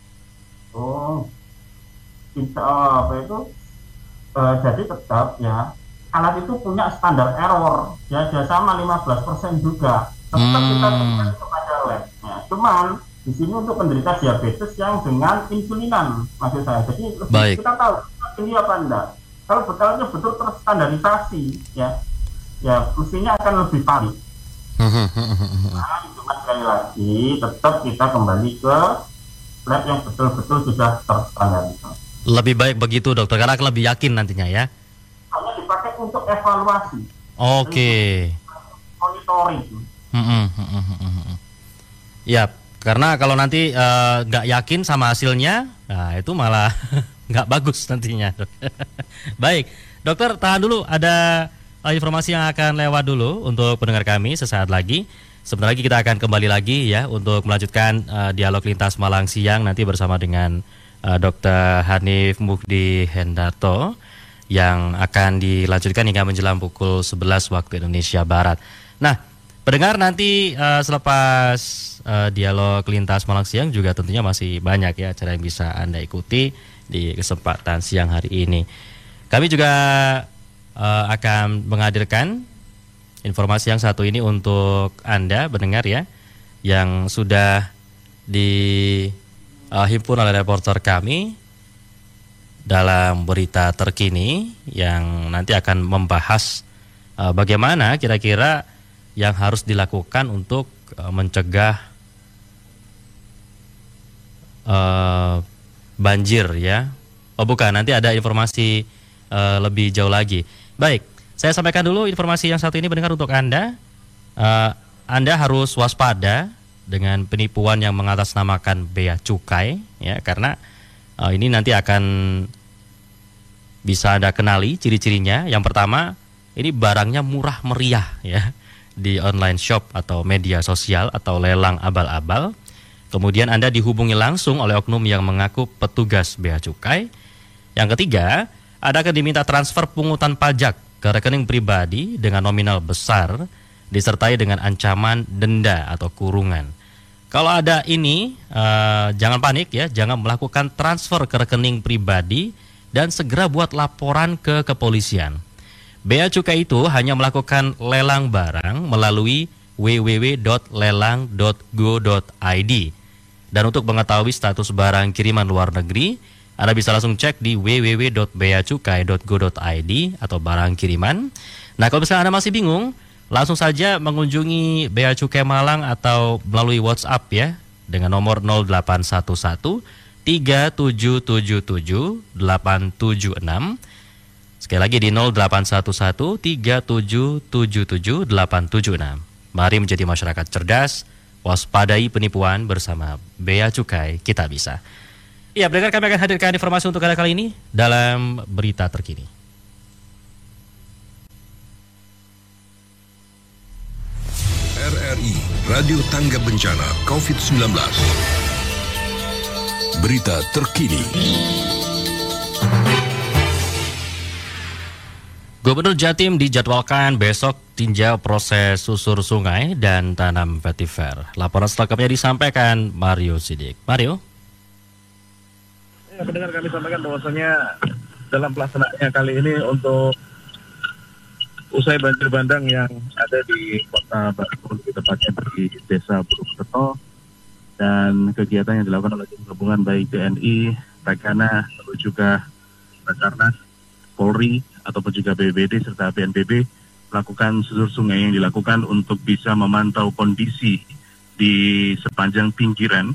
Oh, bisa apa itu? E, jadi tetap ya alat itu punya standar error ya, dia sama lima belas persen juga. Tetap hmm. kita berikan kepada lab. Ya, cuman di sini untuk penderita diabetes yang dengan insulinan maksud saya. Jadi baik. Kita tahu ini apa enggak. Kalau betul betul terstandarisasi ya, ya mestinya akan lebih valid. Nah, cuma sekali lagi tetap kita kembali ke lab yang betul-betul sudah terstandarisasi. Lebih baik begitu dokter, karena akan lebih yakin nantinya ya. Hanya dipakai untuk evaluasi. Oke. Okay. Monitoring. Ya, karena kalau nanti nggak uh, yakin sama hasilnya, nah itu malah nggak bagus nantinya. Baik, dokter tahan dulu, ada informasi yang akan lewat dulu untuk pendengar kami sesaat lagi. Sebentar lagi kita akan kembali lagi ya untuk melanjutkan uh, dialog lintas Malang siang nanti bersama dengan uh, dokter Hanif Mukhdi Hendarto yang akan dilanjutkan hingga menjelang pukul sebelas waktu Indonesia Barat. Nah, pendengar nanti uh, selepas uh, dialog lintas Malang siang juga tentunya masih banyak ya acara yang bisa Anda ikuti di kesempatan siang hari ini. Kami juga Uh, akan menghadirkan informasi yang satu ini untuk Anda pendengar ya, yang sudah dihimpun uh, oleh reporter kami dalam berita terkini yang nanti akan membahas uh, bagaimana kira-kira yang harus dilakukan untuk uh, mencegah uh, banjir ya. Oh bukan, nanti ada informasi uh, lebih jauh lagi. Baik, saya sampaikan dulu informasi yang satu ini pendengar untuk Anda. Uh, Anda harus waspada dengan penipuan yang mengatasnamakan bea cukai, ya, karena uh, ini nanti akan bisa Anda kenali ciri-cirinya. Yang pertama, ini barangnya murah meriah, ya, di online shop atau media sosial atau lelang abal-abal. Kemudian Anda dihubungi langsung oleh oknum yang mengaku petugas bea cukai. Yang ketiga, Anda akan diminta transfer pungutan pajak ke rekening pribadi dengan nominal besar, disertai dengan ancaman denda atau kurungan. Kalau ada ini, uh, jangan panik ya, jangan melakukan transfer ke rekening pribadi dan segera buat laporan ke kepolisian. Bea Cukai itu hanya melakukan lelang barang melalui w w w dot lelang dot go dot i d. Dan untuk mengetahui status barang kiriman luar negeri, Anda bisa langsung cek di w w w dot bea cukai dot go dot i d atau barang kiriman. Nah, kalau misalnya Anda masih bingung, langsung saja mengunjungi Bea Cukai Malang atau melalui WhatsApp ya, dengan nomor nol delapan satu satu tiga tujuh tujuh tujuh delapan tujuh enam. Sekali lagi di nol delapan satu satu tiga tujuh tujuh tujuh delapan tujuh enam. Mari menjadi masyarakat cerdas, waspadai penipuan bersama Bea Cukai, kita bisa. Ya, pendengar, kami akan hadirkan informasi untuk Anda kali ini dalam berita terkini. R R I, Radio Tangga Bencana covid sembilan belas. Berita terkini. Gubernur Jatim dijadwalkan besok tinjau proses susur sungai dan tanam vetiver. Laporan selengkapnya disampaikan Mario Sidik. Mario? Ya, pendengar, kami sampaikan bahwasanya dalam pelaksanaannya kali ini untuk usai banjir bandang yang ada di kota Batu, di tepatnya di desa Purwokerto, dan kegiatan yang dilakukan oleh tim gabungan baik T N I, Tagana, lalu juga Basarnas, Polri, ataupun juga B B B D serta B N P B melakukan susur sungai yang dilakukan untuk bisa memantau kondisi di sepanjang pinggiran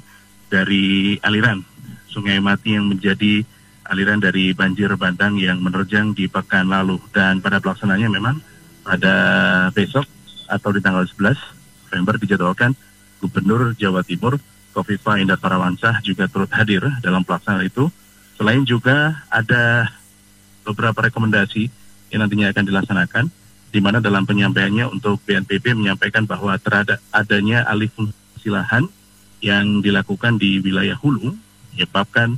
dari aliran Sungai Mati yang menjadi aliran dari banjir bandang yang menerjang di pekan lalu. Dan pada pelaksanaannya memang pada besok atau di tanggal sebelas November dijadwalkan Gubernur Jawa Timur Kofifa Indar Parawansa juga turut hadir dalam pelaksanaan itu. Selain juga ada beberapa rekomendasi yang nantinya akan dilaksanakan, di mana dalam penyampaiannya untuk B N P B menyampaikan bahwa terhadap adanya alih fungsi lahan yang dilakukan di wilayah hulu menyebabkan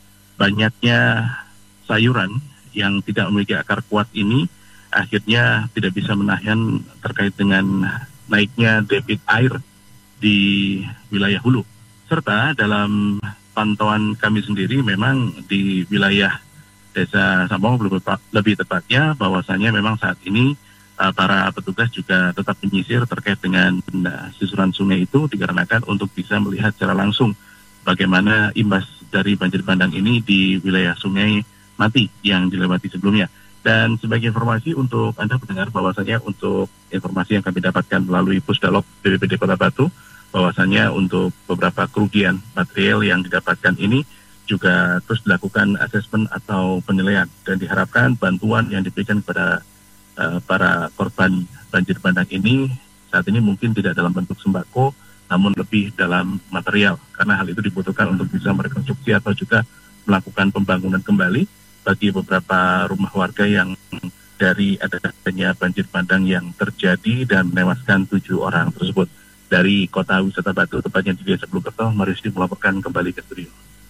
banyaknya sayuran yang tidak memiliki akar kuat ini akhirnya tidak bisa menahan terkait dengan naiknya debit air di wilayah hulu. Serta dalam pantauan kami sendiri memang di wilayah Desa Sambong lebih tepatnya bahwasanya memang saat ini uh, para petugas juga tetap menyisir terkait dengan uh, susuran sungai itu dikarenakan untuk bisa melihat secara langsung bagaimana imbas dari banjir bandang ini di wilayah Sungai Mati yang dilewati sebelumnya. Dan sebagai informasi untuk Anda pendengar bahwasanya untuk informasi yang kami dapatkan melalui Pusdalog B P B D Kota Batu bahwasanya untuk beberapa kerugian material yang didapatkan ini juga terus dilakukan asesmen atau penilaian dan diharapkan bantuan yang diberikan kepada uh, para korban banjir bandang ini saat ini mungkin tidak dalam bentuk sembako namun lebih dalam material, karena hal itu dibutuhkan untuk bisa merekonstruksi atau juga melakukan pembangunan kembali bagi beberapa rumah warga yang dari adanya banjir bandang yang terjadi dan menewaskan tujuh orang tersebut. Dari Kota Wisata Batu, tepatnya di Desa Purwokerto, Marius melaporkan kembali ke studio.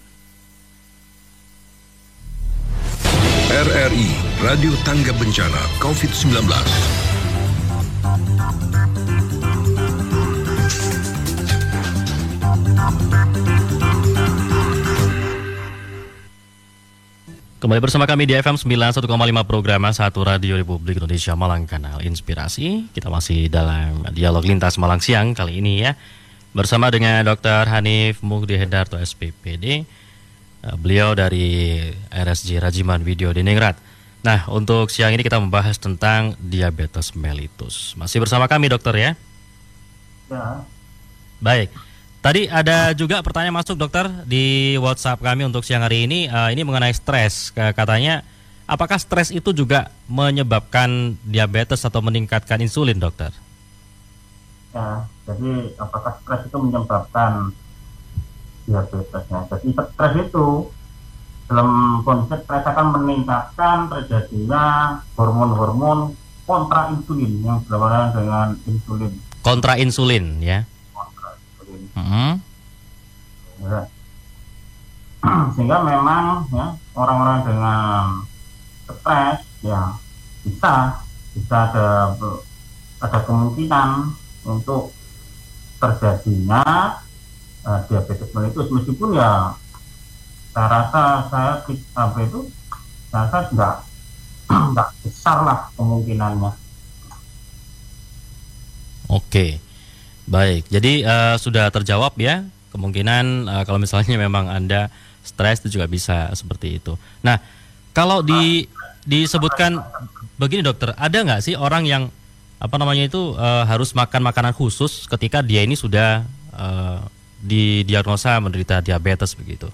R R I, Radio Tangga Bencana covid sembilan belas. Kembali bersama kami di F M sembilan puluh satu koma lima program satu Radio Republik Indonesia Malang, Kanal Inspirasi. Kita masih dalam dialog lintas Malang siang kali ini ya, bersama dengan Doktor Hanif Mugdi Hedarto S P P D. Beliau dari R S J Rajiman Widyo Diningrat. Nah, untuk siang ini kita membahas tentang diabetes mellitus. Masih bersama kami, dokter ya? Ya. Baik. Tadi ada juga pertanyaan masuk, dokter, di WhatsApp kami untuk siang hari ini. Uh, ini mengenai stres. Katanya, apakah stres itu juga menyebabkan diabetes atau meningkatkan insulin, dokter? Ya, jadi apakah stres itu menyebabkan diabetesnya? Jadi stres itu dalam kondisi stres akan meningkatkan terjadinya hormon-hormon kontra insulin yang berlawanan dengan insulin. Kontra insulin ya. Kontra insulin. Mm-hmm. Ya. Sehingga memang ya orang-orang dengan stres ya bisa bisa ada ada kemungkinan untuk terjadinya Uh, diabetes mellitus, meskipun ya saya rasa saya apa itu saya rasa enggak nggak besar lah kemungkinannya. Oke, baik. Jadi uh, sudah terjawab ya, kemungkinan uh, kalau misalnya memang Anda stres itu juga bisa seperti itu. Nah, kalau di disebutkan begini dokter, ada nggak sih orang yang apa namanya itu uh, harus makan makanan khusus ketika dia ini sudah uh, didiagnosa menderita diabetes begitu?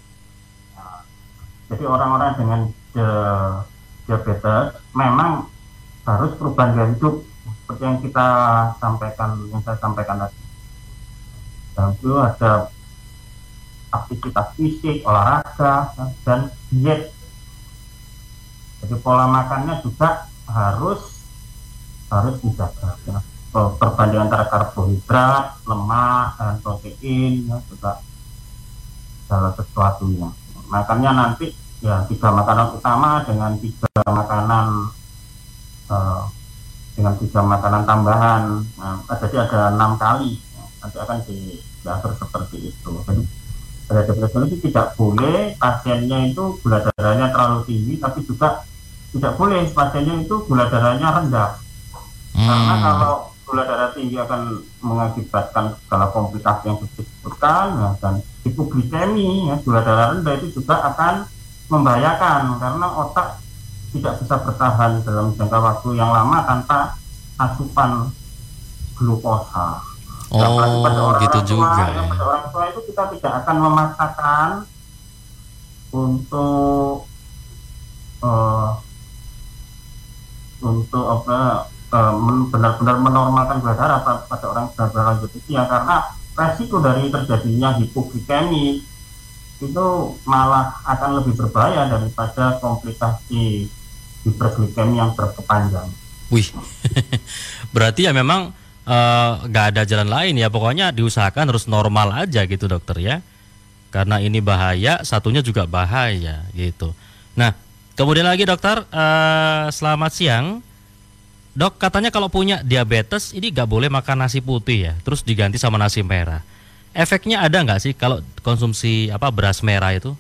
Jadi orang-orang dengan di- diabetes memang harus perubahan gaya hidup seperti yang kita sampaikan, yang saya sampaikan tadi. Dan itu ada aktivitas fisik, olahraga, dan diet. Jadi pola makannya juga harus harus dijaga. Ya. Perbandingan antara karbohidrat, lemak, dan protein ya, juga salah sesuatunya. Makanya nanti ya tiga makanan utama dengan tiga makanan uh, dengan tiga makanan tambahan. Nah, jadi ada enam kali. Ya, nanti akan diatur seperti itu. Jadi pada depresi itu tidak boleh pasiennya itu gula darahnya terlalu tinggi, tapi juga tidak boleh pasiennya itu gula darahnya rendah. Hmm. Karena kalau gula darah tinggi akan mengakibatkan segala komplikasi yang disebutkan, ya, dan hipoglikemi, ya, gula darah rendah itu juga akan membahayakan karena otak tidak bisa bertahan dalam jangka waktu yang lama tanpa asupan glukosa. Oh, pada orang gitu tua, juga. Ya. Pada orang tua itu kita tidak akan memaksakan untuk uh, untuk apa uh, men, benar-benar menormalkan gula darah pada orang sudah berlanjut usia, karena resiko dari terjadinya hipoglikemi itu malah akan lebih berbahaya daripada komplikasi hiperglikemi yang berkepanjangan. Wih, berarti ya memang nggak uh, ada jalan lain ya, pokoknya diusahakan harus normal aja gitu dokter ya, karena ini bahaya, satunya juga bahaya gitu. Nah, kemudian lagi dokter, uh, selamat siang dok, katanya kalau punya diabetes ini nggak boleh makan nasi putih ya, terus diganti sama nasi merah. Efeknya ada nggak sih kalau konsumsi apa beras merah itu?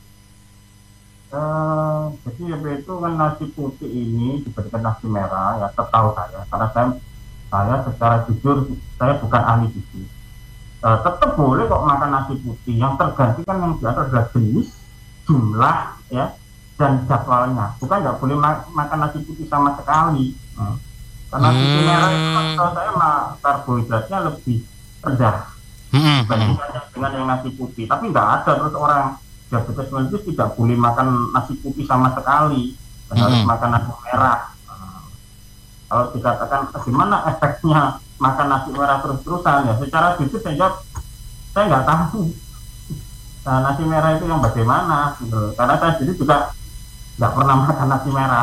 Uh, jadi itu kan nasi putih ini diberikan nasi merah ya, setahu saya, karena saya saya secara jujur saya bukan ahli gizi. Uh, tetap boleh kok makan nasi putih, yang terganti kan yang diatur adalah jenis, jumlah ya, dan jadwalnya. Bukan nggak boleh ma- makan nasi putih sama sekali. Hmm. Karena nasi hmm. merah itu kalau saya mah karbohidratnya lebih rendah hmm. dibandingkan dengan yang nasi putih. Tapi nggak ada terus orang diabetes mellitus tidak boleh makan nasi putih sama sekali, dan hmm. harus makan nasi merah. Nah, kalau dikatakan gimana efeknya makan nasi merah terus-terusan, ya secara jujur saya jawab, saya nggak tahu. Nah, nasi merah itu yang bagaimana gitu, karena saya sendiri juga nggak pernah makan nasi merah.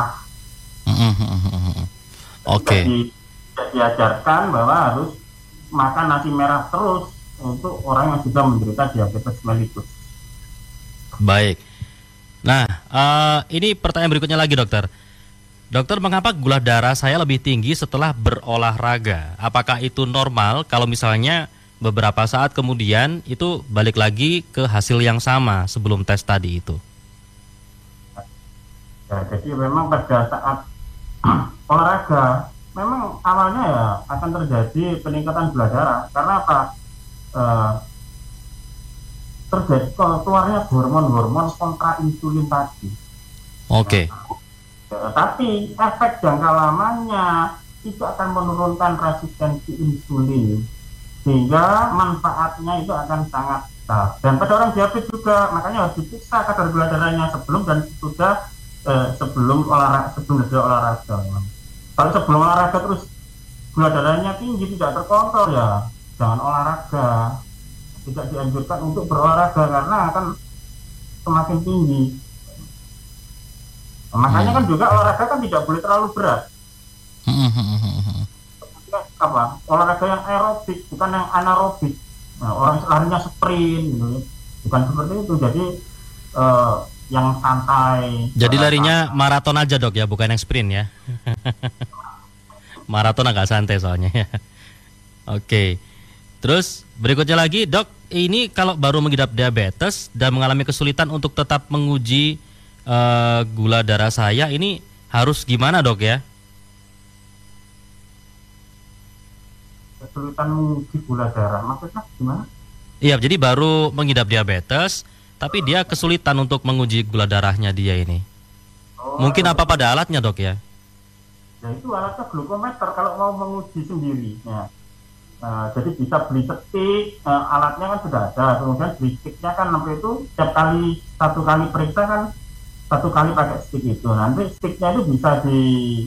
Oke. Okay. Jadi tidak diajarkan bahwa harus makan nasi merah terus untuk orang yang sudah menderita diabetes mellitus. Baik. Nah, uh, ini pertanyaan berikutnya lagi dokter. Dokter, mengapa gula darah saya lebih tinggi setelah berolahraga? Apakah itu normal kalau misalnya beberapa saat kemudian itu balik lagi ke hasil yang sama sebelum tes tadi itu? Ya, jadi memang pada saat olahraga memang awalnya ya akan terjadi peningkatan gula darah. Karena apa? Uh, terjadi keluarnya hormon-hormon kontra insulin tadi. Oke. Okay. Nah, tapi efek jangka lamanya itu akan menurunkan resistensi insulin, sehingga manfaatnya itu akan sangat besar. Dan pada orang diabetes juga, makanya harus diperiksa kadar gula darahnya sebelum dan sudah eh, sebelum olahraga, sebelum ada olahraga. Kalau sebelum olahraga terus gula darahnya tinggi tidak terkontrol, ya jangan olahraga. Tidak dianjurkan untuk berolahraga karena akan semakin tinggi. Nah, makanya kan juga olahraga kan tidak boleh terlalu berat. Apa? Olahraga yang aerobik, bukan yang anaerobik. Nah, orang larinya sprint, gitu. Bukan seperti itu. Jadi uh, yang santai. Jadi larinya santai. Maraton aja dok ya, bukan yang sprint ya. Maraton agak santai soalnya ya. Oke. Terus berikutnya lagi dok, ini kalau baru mengidap diabetes dan mengalami kesulitan untuk tetap menguji uh, gula darah saya, ini harus gimana dok ya? Kesulitan menguji gula darah, maksudnya gimana? Iya, jadi baru mengidap diabetes, tapi dia kesulitan untuk menguji gula darahnya dia ini. Oh, Mungkin apa pada alatnya dok ya? Ya itu alatnya glukometer kalau mau menguji sendiri. Ya. Nah, jadi bisa beli stick, uh, alatnya kan sudah ada. Kemudian beli sticknya kan sampai itu setiap kali satu kali periksa kan satu kali pakai stick itu. Nanti sticknya itu bisa di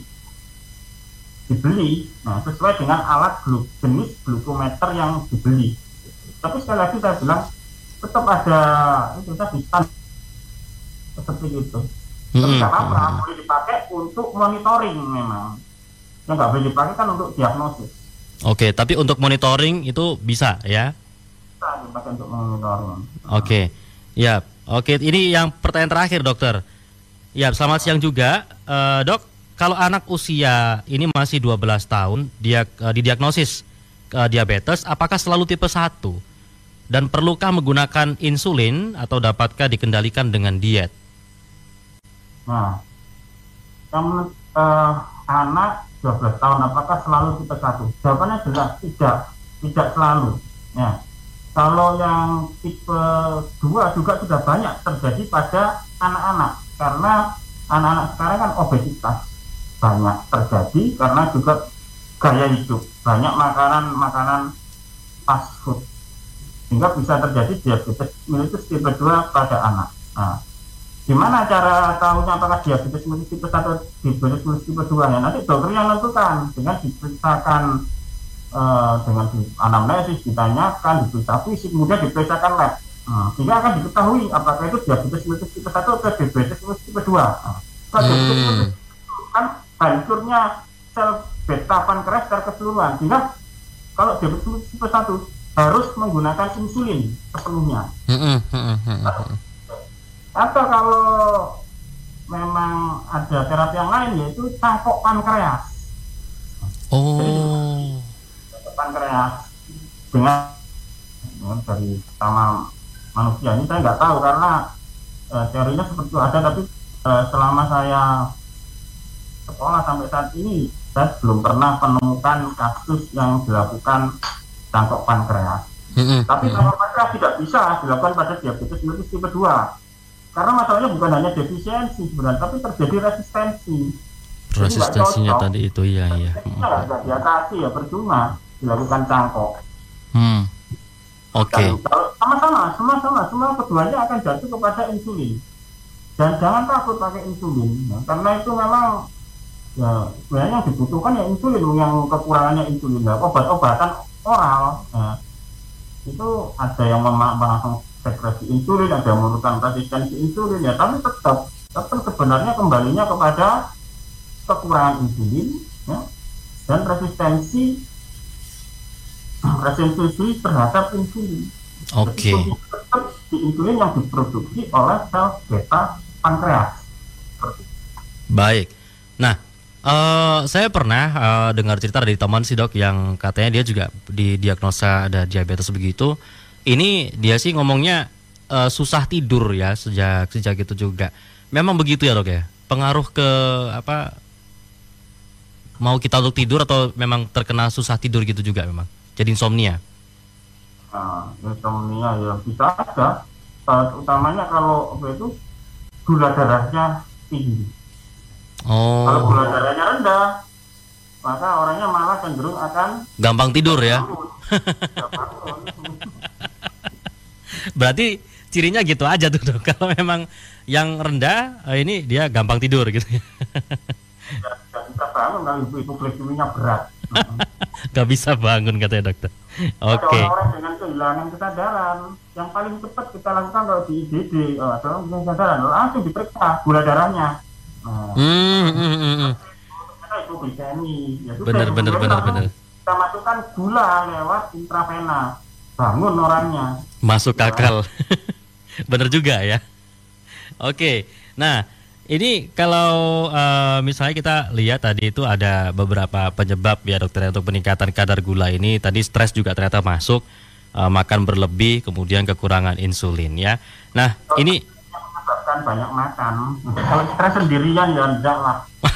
dibeli, nah sesuai dengan alat glu, jenis glukometer yang dibeli. Tapi sekali lagi saya bilang tetap ada itu tadi seperti itu. Tapi nggak Hmm. apa-apa, boleh dipakai untuk monitoring memang. Yang nggak boleh dipakai kan untuk diagnosis. Oke, tapi untuk monitoring itu bisa ya? Bisa dipakai untuk monitoring. Oke, ya, oke. Ini yang pertanyaan terakhir dokter. Ya, selamat siang juga, Eh, dok. Kalau anak usia ini masih dua belas tahun, dia eh, didiagnosis eh, diabetes, apakah selalu tipe satu? Dan perlukah menggunakan insulin atau dapatkah dikendalikan dengan diet? Nah, yang uh, anak dua belas tahun apakah selalu tipe satu? Jawabannya jelas tidak, tidak selalu. Ya. Kalau yang tipe dua juga sudah banyak terjadi pada anak-anak, karena anak-anak sekarang kan obesitas banyak terjadi karena juga gaya hidup, banyak makanan-makanan fast food, sehingga bisa terjadi diabetes mellitus tipe dua pada anak. Nah, gimana cara tahunya apakah diabetes mellitus tipe satu atau diabetes mellitus tipe dua? Ya, nanti dokter yang menentukan dengan diperiksakan uh, dengan di anamnesis, ditanyakan, diperiksa fisik, kemudian diperiksakan lab. Nah, sehingga akan diketahui apakah itu diabetes mellitus tipe satu atau diabetes mellitus tipe dua. Nah, kalau Hmm. diabetes mellitus kan hancurnya sel beta pankreas secara keseluruhan, sehingga kalau diabetes tipe satu harus menggunakan insulin sepenuhnya. Hmm, hmm, hmm, hmm. Atau kalau memang ada terapi yang lain, yaitu cangkok pankreas. Oh, Cangkok pankreas dengan ya, dari sama manusia ini saya nggak tahu karena eh, teorinya seperti itu ada, tapi eh, selama saya sekolah sampai saat ini saya belum pernah menemukan kasus yang dilakukan cangkok pankreas. hmm, Tapi hmm. cangkok pankreas tidak bisa dilakukan pada diabetes mellitus tipe dua. Karena masalahnya bukan hanya defisiensi sebenarnya, tapi terjadi resistensi. Resistensinya tadi itu, iya, iya. Resistensinya nggak diatasi, ya percuma dilakukan cangkok. Hmm. Oke. Dan kalau sama-sama, sama-sama, semua keduanya akan jatuh kepada insulin. Dan jangan takut pakai insulin, ya, karena itu memang ya sebenarnya yang dibutuhkan ya insulin, yang kekurangannya insulin. Ya, obat-obatan oral, ya, itu ada yang melakukan sekresi insulin, ada yang memerlukan resistensi insulin, ya, tapi tetap, tetap sebenarnya kembalinya kepada kekurangan insulin, ya, dan resistensi resistensi terhadap insulin. Oke. Jadi, tetap di insulin yang diproduksi oleh sel beta pankreas. Seperti itu. Baik. Nah, eh, saya pernah eh, dengar cerita dari teman sih dok yang katanya dia juga didiagnosa ada diabetes begitu. Ini dia sih ngomongnya eh, susah tidur ya sejak sejak itu juga. Memang begitu ya dok ya? Pengaruh ke apa? Mau kita untuk tidur atau memang terkena susah tidur gitu juga memang? Jadi insomnia. Nah, insomnia ya bisa ada. Uh, utamanya kalau apa itu gula darahnya tinggi. Oh. Kalau gula darahnya rendah, maka orangnya malah cenderung akan Gampang tidur ya? bangun. Ya, bangun. Berarti cirinya gitu aja tuh dok. Kalau memang yang rendah eh, ini dia gampang tidur gitu ya. Ya, nggak bisa bangun kalau ibu-ibu glikeminya berat. Gak bisa bangun katanya dokter. Oke. Ada orang-orang dengan kehilangan kesadaran, yang paling cepat kita lakukan kalau di I G D, oh, ada orang kehilangan kesadaran, langsung diperiksa gula darahnya. Nah, Hmm, hmm, hmm, hmm. kita hipoglikemi. Ya sudah, Bener, bener, kemudian bener, langsung bener. kita masukkan gula lewat intravena, bangun orangnya. Masuk akal. Bener juga ya. Oke. Nah, ini kalau eh, misalnya kita lihat tadi itu ada beberapa penyebab ya dokter untuk peningkatan kadar gula ini. Tadi stres juga ternyata masuk, eh, makan berlebih, kemudian kekurangan insulin ya. Nah, ini Yang menyebabkan disebabkan banyak makan. Kalau stres sendirian ya enggak lah.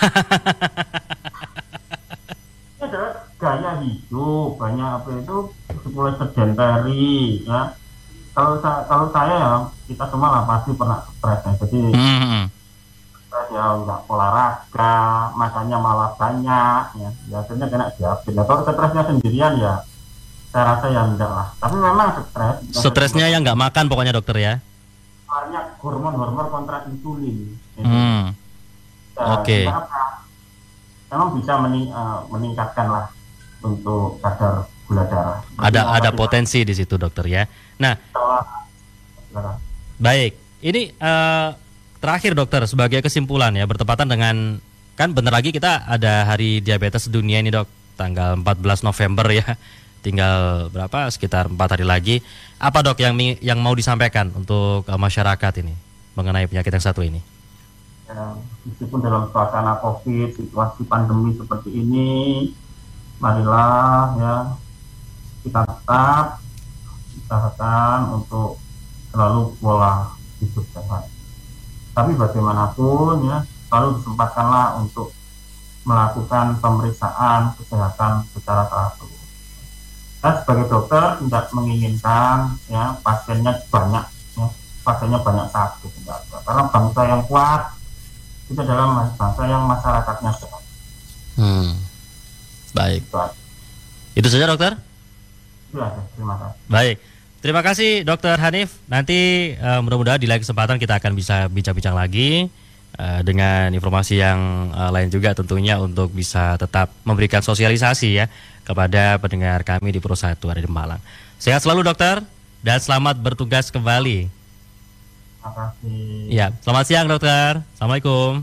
Ini adalah gaya hidup, banyak apa itu mulai sedentary ya. Kalau saya, kalau saya ya kita semua lah pasti pernah stres ya. Jadi Hmm. stres ya nggak olahraga, makannya malah banyak ya. Biasanya kena diabetes. Nah, kalau stresnya sendirian ya saya rasa ya enggak lah. Tapi memang stres. Stresnya yang nggak makan pokoknya dokter ya. Banyak hormon-hormon kontra insulin. Gitu. Hmm. Ya, Oke. kita apa, memang bisa mening, uh, meningkatkan lah untuk kadar gula darah. Ada Jadi, ada apa- potensi di situ dokter ya. Nah, Setelah- baik. Ini eh, terakhir dokter sebagai kesimpulan ya, bertepatan dengan kan bentar lagi kita ada Hari Diabetes Sedunia ini dok, tanggal empat belas November ya. Tinggal berapa? Sekitar empat hari lagi. Apa dok yang mi- yang mau disampaikan untuk eh, masyarakat ini mengenai penyakit yang satu ini? ya, meskipun dalam suasana COVID, situasi pandemi seperti ini, marilah ya kita tetap usahakan untuk selalu pola hidup sehat. Tapi bagaimanapun ya, selalu disempatkanlah untuk melakukan pemeriksaan kesehatan secara teratur. Saya sebagai dokter tidak menginginkan ya pasiennya banyak, ya, pasiennya banyak sakit, tidak ada. Karena bangsa yang kuat itu adalah bangsa yang masyarakatnya sehat. Hmm. Baik. Itu aja. Itu saja dokter. Itu aja. Terima kasih. Baik. Terima kasih dokter Hanif. Nanti eh, mudah-mudahan di lain kesempatan kita akan bisa bincang-bincang lagi eh, dengan informasi yang eh, lain juga tentunya untuk bisa tetap memberikan sosialisasi ya kepada pendengar kami di Pro satu ada di Malang. Sehat selalu dokter dan selamat bertugas kembali. Terima kasih. Ya, selamat siang dokter. Assalamualaikum.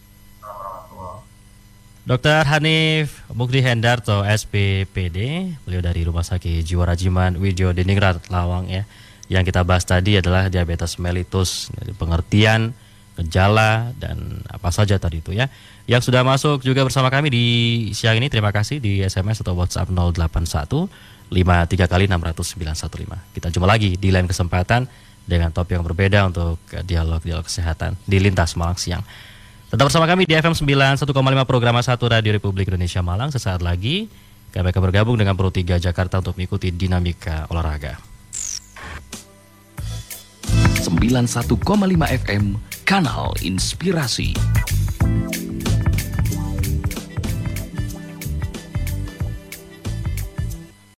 Dokter Hanif Mukti Hendarto S P P D, beliau dari Rumah Sakit Jiwa Rajiman Widyo Diningrat Lawang ya. Yang kita bahas tadi adalah diabetes mellitus, dari pengertian, gejala dan apa saja tadi itu ya. Yang sudah masuk juga bersama kami di siang ini, terima kasih di S M S atau WhatsApp nol delapan satu lima tiga kali enam nol sembilan satu lima. Kita jumpa lagi di lain kesempatan dengan topik yang berbeda untuk dialog-dialog kesehatan di Lintas Malang Siang. Tetap bersama kami di F M sembilan puluh satu koma lima program satu Radio Republik Indonesia Malang. Sesaat lagi kami akan bergabung dengan Pro tiga Jakarta untuk mengikuti dinamika olahraga. sembilan puluh satu koma lima F M Kanal Inspirasi.